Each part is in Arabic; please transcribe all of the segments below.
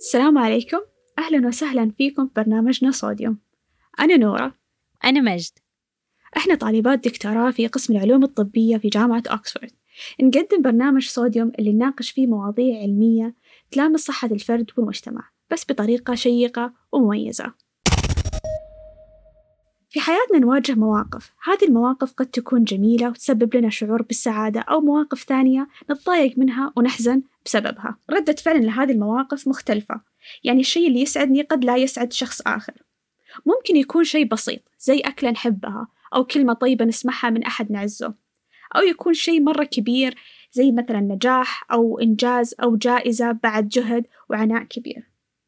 السلام عليكم، أهلا وسهلا فيكم في برنامجنا صوديوم. أنا نورة. أنا مجد. إحنا طالبات دكتوراه في قسم العلوم الطبية في جامعة أكسفورد. نقدم برنامج صوديوم اللي نناقش فيه مواضيع علمية تلامس صحة الفرد والمجتمع، بس بطريقة شيقة ومميزة. في حياتنا نواجه مواقف، هذه المواقف قد تكون جميلة وتسبب لنا شعور بالسعادة، أو مواقف ثانية نتضايق منها ونحزن بسببها. ردة فعل لهذه المواقف مختلفة، يعني الشيء اللي يسعدني قد لا يسعد شخص آخر. ممكن يكون شيء بسيط زي أكلة نحبها أو كلمة طيبة نسمعها من أحد نعزه، أو يكون شيء مرة كبير زي مثلا نجاح أو إنجاز أو جائزة بعد جهد وعناء كبير.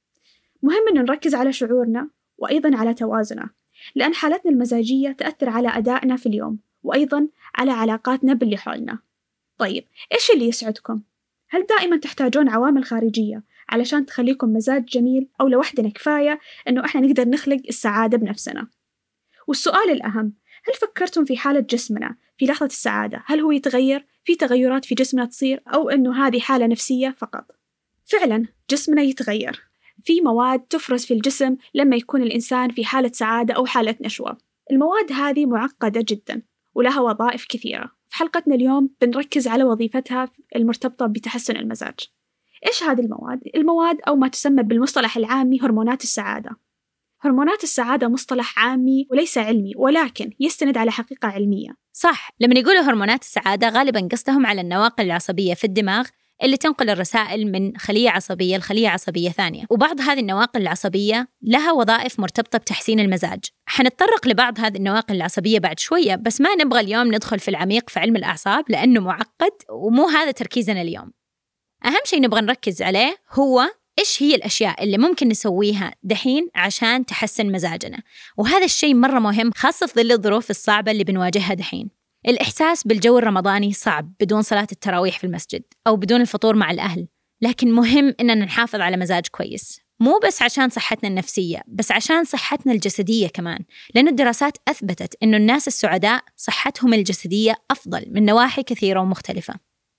مهم إن نركز على شعورنا وأيضا على توازنه، لأن حالتنا المزاجية تأثر على أدائنا في اليوم وأيضا على علاقاتنا باللي حولنا. طيب، إيش اللي يسعدكم؟ هل دائما تحتاجون عوامل خارجية علشان تخليكم مزاج جميل، أو لوحدنا كفاية إنه إحنا نقدر نخلق السعادة بنفسنا؟ والسؤال الأهم، هل فكرتم في حالة جسمنا في لحظة السعادة؟ هل هو يتغير؟ في تغيرات في جسمنا تصير، أو إنه هذه حالة نفسية فقط؟ فعلا جسمنا يتغير، في مواد تفرز في الجسم لما يكون الإنسان في حالة سعادة أو حالة نشوة. المواد هذه معقدة جدا ولها وظائف كثيرة. في حلقتنا اليوم بنركز على وظيفتها المرتبطة بتحسن المزاج. إيش هذه المواد؟ المواد أو ما تسمى بالمصطلح العامي هرمونات السعادة. هرمونات السعادة مصطلح عامي وليس علمي، ولكن يستند على حقيقة علمية. صح، لما يقولوا هرمونات السعادة غالباً قصدهم على النواقل العصبية في الدماغ اللي تنقل الرسائل من خلية عصبية لخلية عصبية ثانية، وبعض هذه النواقل العصبية لها وظائف مرتبطة بتحسين المزاج. حنتطرق لبعض هذه النواقل العصبية بعد شوية، بس ما نبغى اليوم ندخل في العميق في علم الأعصاب لأنه معقد ومو هذا تركيزنا اليوم. أهم شيء نبغى نركز عليه هو إيش هي الأشياء اللي ممكن نسويها دحين عشان تحسن مزاجنا، وهذا الشيء مرة مهم خاصة في ظل الظروف الصعبة اللي بنواجهها دحين. الإحساس بالجو الرمضاني صعب بدون صلاة التراويح في المسجد أو بدون الفطور مع الأهل، لكن مهم إننا نحافظ على مزاج كويس، مو بس عشان صحتنا النفسية بس عشان صحتنا الجسدية كمان، لأن الدراسات أثبتت إنه الناس السعداء صحتهم الجسدية أفضل من نواحي كثيرة ومختلفة.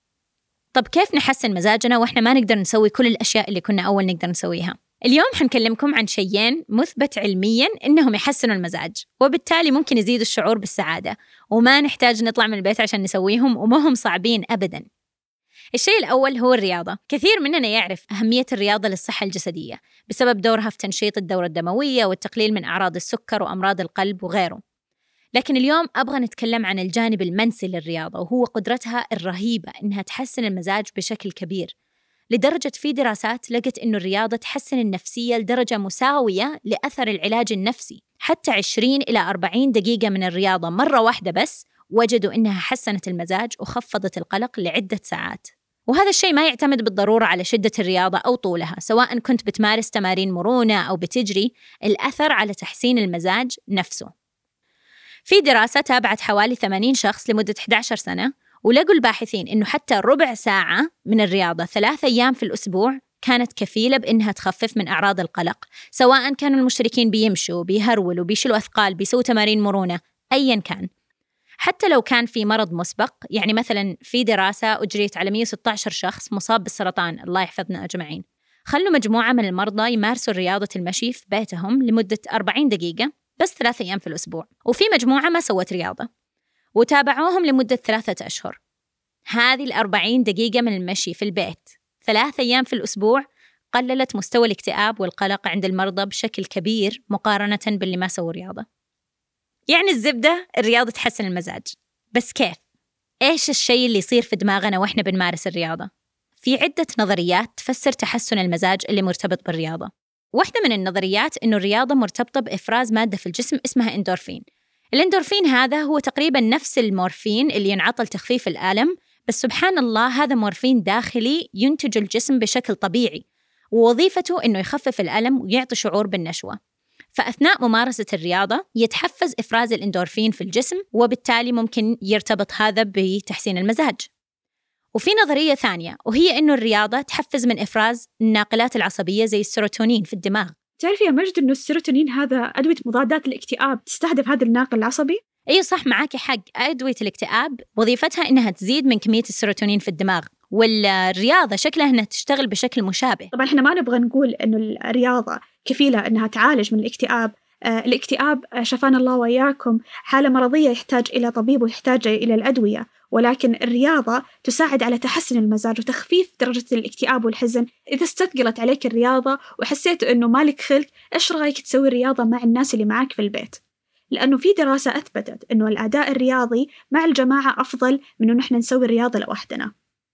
طب كيف نحسن مزاجنا وإحنا ما نقدر نسوي كل الأشياء اللي كنا أول نقدر نسويها؟ اليوم حنكلمكم عن شيئين مثبت علمياً إنهم يحسنوا المزاج، وبالتالي ممكن يزيدوا الشعور بالسعادة، وما نحتاج نطلع من البيت عشان نسويهم، وما هم صعبين أبداً. الشيء الأول هو الرياضة. كثير مننا يعرف أهمية الرياضة للصحة الجسدية بسبب دورها في تنشيط الدورة الدموية والتقليل من أعراض السكر وأمراض القلب وغيره. لكن اليوم أبغى نتكلم عن الجانب المنسي للرياضة، وهو قدرتها الرهيبة إنها تحسن المزاج بشكل كبير، لدرجة في دراسات لقت إنه الرياضة تحسن النفسية لدرجة مساوية لأثر العلاج النفسي. حتى 20 إلى 40 دقيقة من الرياضة مرة واحدة بس وجدوا إنها حسنت المزاج وخفضت القلق لعدة ساعات. وهذا الشيء ما يعتمد بالضرورة على شدة الرياضة أو طولها، سواء كنت بتمارس تمارين مرونة أو بتجري، الأثر على تحسين المزاج نفسه. في دراسة تابعت حوالي 80 شخص لمدة 11 سنة، ولقوا الباحثين إنه حتى ربع ساعة من الرياضة 3 أيام في الأسبوع كانت كفيلة بإنها تخفف من أعراض القلق، سواء كانوا المشتركين بيمشوا، بيهرولوا، بيشيلوا أثقال، بيسووا تمارين مرونة، أياً كان. حتى لو كان في مرض مسبق، يعني مثلاً في دراسة أجريت على 116 شخص مصاب بالسرطان، الله يحفظنا أجمعين، خلوا مجموعة من المرضى يمارسوا رياضة المشي في بيتهم لمدة 40 دقيقة بس 3 أيام في الأسبوع، وفي مجموعة ما سوت رياضة وتابعوهم لمدة 3 أشهر. هذه 40 دقيقة من المشي في البيت 3 أيام في الأسبوع قللت مستوى الاكتئاب والقلق عند المرضى بشكل كبير مقارنة باللي ما سووا رياضة. يعني الزبدة، الرياضة تحسن المزاج، بس كيف؟ إيش الشيء اللي يصير في دماغنا وإحنا بنمارس الرياضة؟ في عدة نظريات تفسر تحسن المزاج اللي مرتبط بالرياضة. واحدة من النظريات إنه الرياضة مرتبطة بإفراز مادة في الجسم اسمها إندورفين. الإندورفين هذا هو تقريباً نفس المورفين اللي ينعطى لتخفيف الألم، بس سبحان الله هذا مورفين داخلي ينتج الجسم بشكل طبيعي، ووظيفته إنه يخفف الألم ويعطي شعور بالنشوة. فأثناء ممارسة الرياضة يتحفز إفراز الإندورفين في الجسم، وبالتالي ممكن يرتبط هذا بتحسين المزاج. وفي نظرية ثانية، وهي إنه الرياضة تحفز من إفراز الناقلات العصبية زي السيروتونين في الدماغ. تعرفي يا مجد إنه السيروتونين هذا أدوية مضادات الاكتئاب تستهدف هذا الناقل العصبي؟ أي صح، معاكي حق. أدوية الاكتئاب وظيفتها إنها تزيد من كمية السيروتونين في الدماغ، والرياضة شكلها أنها تشتغل بشكل مشابه. طبعا إحنا ما نبغى نقول إنه الرياضة كفيلة إنها تعالج من الاكتئاب. الاكتئاب شفانا الله وإياكم حالة مرضية يحتاج إلى طبيب ويحتاج إلى الأدوية، ولكن الرياضة تساعد على تحسن المزاج وتخفيف درجة الاكتئاب والحزن. إذا استثقلت عليك الرياضة وحسيت إنه مالك خلق، إيش رأيك تسوي الرياضة مع الناس اللي معاك في البيت؟ لأنه في دراسة أثبتت إنه الأداء الرياضي مع الجماعة أفضل من إنه نحن نسوي الرياضة لوحدنا.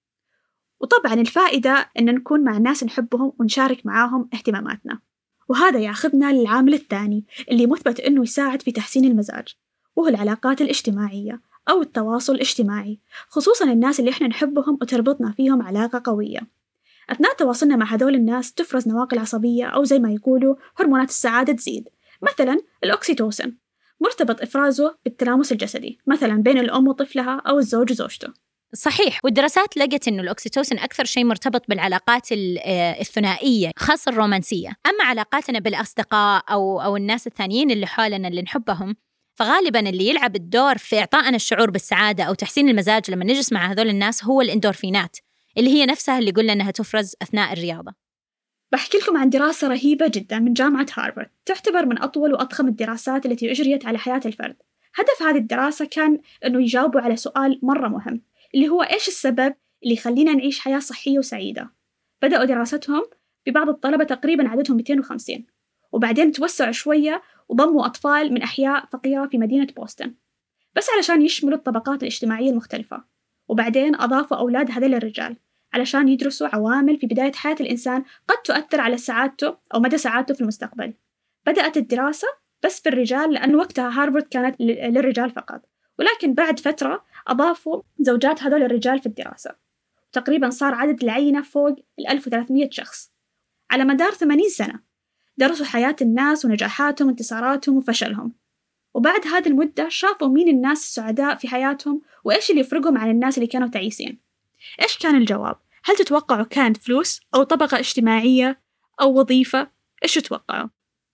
وطبعا الفائدة إن نكون مع ناس نحبهم ونشارك معاهم اهتماماتنا. وهذا ياخذنا للعامل الثاني اللي مثبت إنه يساعد في تحسين المزاج، وهو العلاقات الاجتماعية أو التواصل الاجتماعي، خصوصاً الناس اللي إحنا نحبهم وتربطنا فيهم علاقة قوية. أثناء تواصلنا مع هذول الناس تفرز نواقل عصبية أو زي ما يقولوا هرمونات السعادة تزيد. مثلاً الأكسيتوسين مرتبط إفرازه بالتلامس الجسدي، مثلاً بين الأم وطفلها أو الزوج وزوجته. صحيح، والدراسات لقت إنه الأكسيتوسين أكثر شيء مرتبط بالعلاقات الثنائية خاصة الرومانسية. أما علاقاتنا بالأصدقاء أو الناس الثانيين اللي حولنا اللي نحبهم، فغالباً اللي يلعب الدور في إعطائنا الشعور بالسعادة أو تحسين المزاج لما نجلس مع هذول الناس هو الإندورفينات، اللي هي نفسها اللي قلنا أنها تفرز أثناء الرياضة. بحكي لكم عن دراسة رهيبة جدا من جامعة هارفارد، تعتبر من أطول وأضخم الدراسات التي أجريت على حياة الفرد. هدف هذه الدراسة كان أنه يجاوبوا على سؤال مرة مهم، اللي هو إيش السبب اللي يخلينا نعيش حياة صحية وسعيدة. بدأوا دراستهم ببعض الطلبة تقريبا عددهم 250، وبعدين توسعوا شوية وضموا أطفال من أحياء فقيرة في مدينة بوسطن بس علشان يشملوا الطبقات الاجتماعية المختلفة. وبعدين أضافوا أولاد هذول الرجال علشان يدرسوا عوامل في بداية حياة الإنسان قد تؤثر على سعادته أو مدى سعادته في المستقبل. بدأت الدراسة بس في الرجال لأن وقتها هارفارد كانت للرجال فقط، ولكن بعد فترة أضافوا زوجات هذول الرجال في الدراسة، تقريبا صار عدد العينة فوق 1300 شخص. على مدار 80 سنة درسوا حياة الناس ونجاحاتهم وانتصاراتهم وفشلهم، وبعد هذه المدة شافوا مين الناس السعداء في حياتهم وإيش اللي يفرقهم عن الناس اللي كانوا تعيسين. إيش كان الجواب؟ هل تتوقعوا كانت فلوس أو طبقة اجتماعية أو وظيفة؟ إيش تتوقعوا؟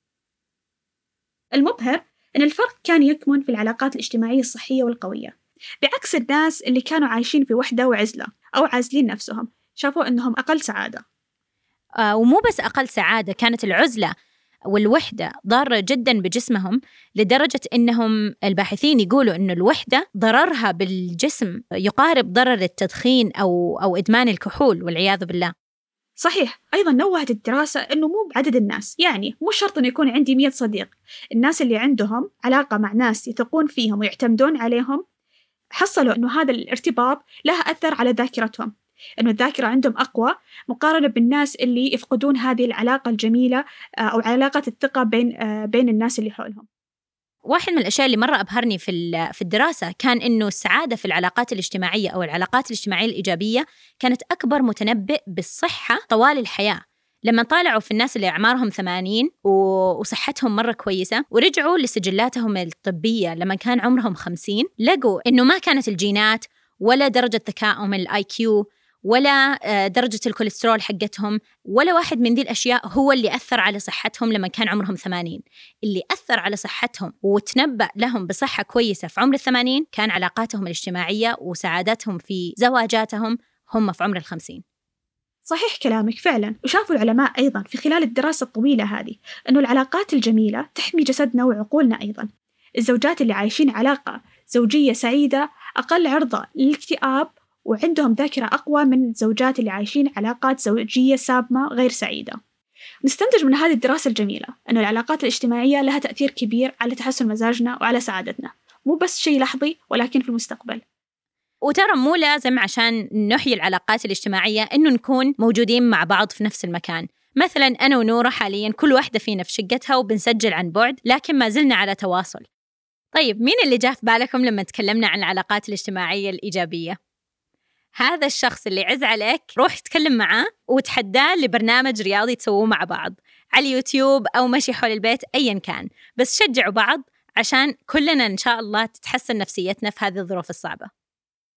المبهر أن الفرق كان يكمن في العلاقات الاجتماعية الصحية والقوية، بعكس الناس اللي كانوا عايشين في وحدة وعزلة أو عازلين نفسهم، شافوا أنهم أقل سعادة. ومو بس أقل سعادة، كانت العزلة والوحدة ضارة جدا بجسمهم، لدرجة أنهم الباحثين يقولوا أنه الوحدة ضررها بالجسم يقارب ضرر التدخين أو إدمان الكحول والعياذ بالله. صحيح. أيضا نوهت الدراسة أنه مو بعدد الناس، يعني مو شرط أن يكون عندي 100 صديق. الناس اللي عندهم علاقة مع ناس يثقون فيهم ويعتمدون عليهم حصلوا أنه هذا الارتباط له أثر على ذاكرتهم، أنه الذاكرة عندهم أقوى مقارنة بالناس اللي يفقدون هذه العلاقة الجميلة أو علاقة الثقة بين الناس اللي حولهم. واحد من الأشياء اللي مرة أبهرني في الدراسة كان إنه السعادة في العلاقات الاجتماعية أو العلاقات الاجتماعية الإيجابية كانت أكبر متنبئ بالصحة طوال الحياة. لما طالعوا في الناس اللي أعمارهم 80 وصحتهم مرة كويسة ورجعوا لسجلاتهم الطبية لما كان عمرهم 50، لقوا إنه ما كانت الجينات ولا درجة ذكائهم الIQ ولا درجة الكوليسترول حقتهم ولا واحد من ذي الأشياء هو اللي أثر على صحتهم لما كان عمرهم 80. اللي أثر على صحتهم وتنبأ لهم بصحة كويسة في عمر 80 كان علاقاتهم الاجتماعية وسعادتهم في زواجاتهم هم في عمر 50. صحيح كلامك فعلا. وشافوا العلماء أيضا في خلال الدراسة الطويلة هذه أنه العلاقات الجميلة تحمي جسدنا وعقولنا أيضا. الزوجات اللي عايشين علاقة زوجية سعيدة أقل عرضة للاكتئاب وعندهم ذاكرة أقوى من الزوجات اللي عايشين علاقات زوجية سامة غير سعيدة. نستنتج من هذه الدراسة الجميلة أنه العلاقات الاجتماعية لها تأثير كبير على تحسن مزاجنا وعلى سعادتنا، مو بس شيء لحظي ولكن في المستقبل. وترى مو لازم عشان نحيي العلاقات الاجتماعية إنه نكون موجودين مع بعض في نفس المكان. مثلا أنا ونورة حاليا كل واحدة فينا في شقتها وبنسجل عن بعد، لكن ما زلنا على تواصل. طيب مين اللي جاء في بالكم لما تكلمنا عن العلاقات الاجتماعية الإيجابية؟ هذا الشخص اللي عز عليك روح تكلم معاه وتحداه لبرنامج رياضي تسووه مع بعض على اليوتيوب أو مشي حول البيت أيا كان، بس شجعوا بعض عشان كلنا إن شاء الله تتحسن نفسيتنا في هذه الظروف الصعبة.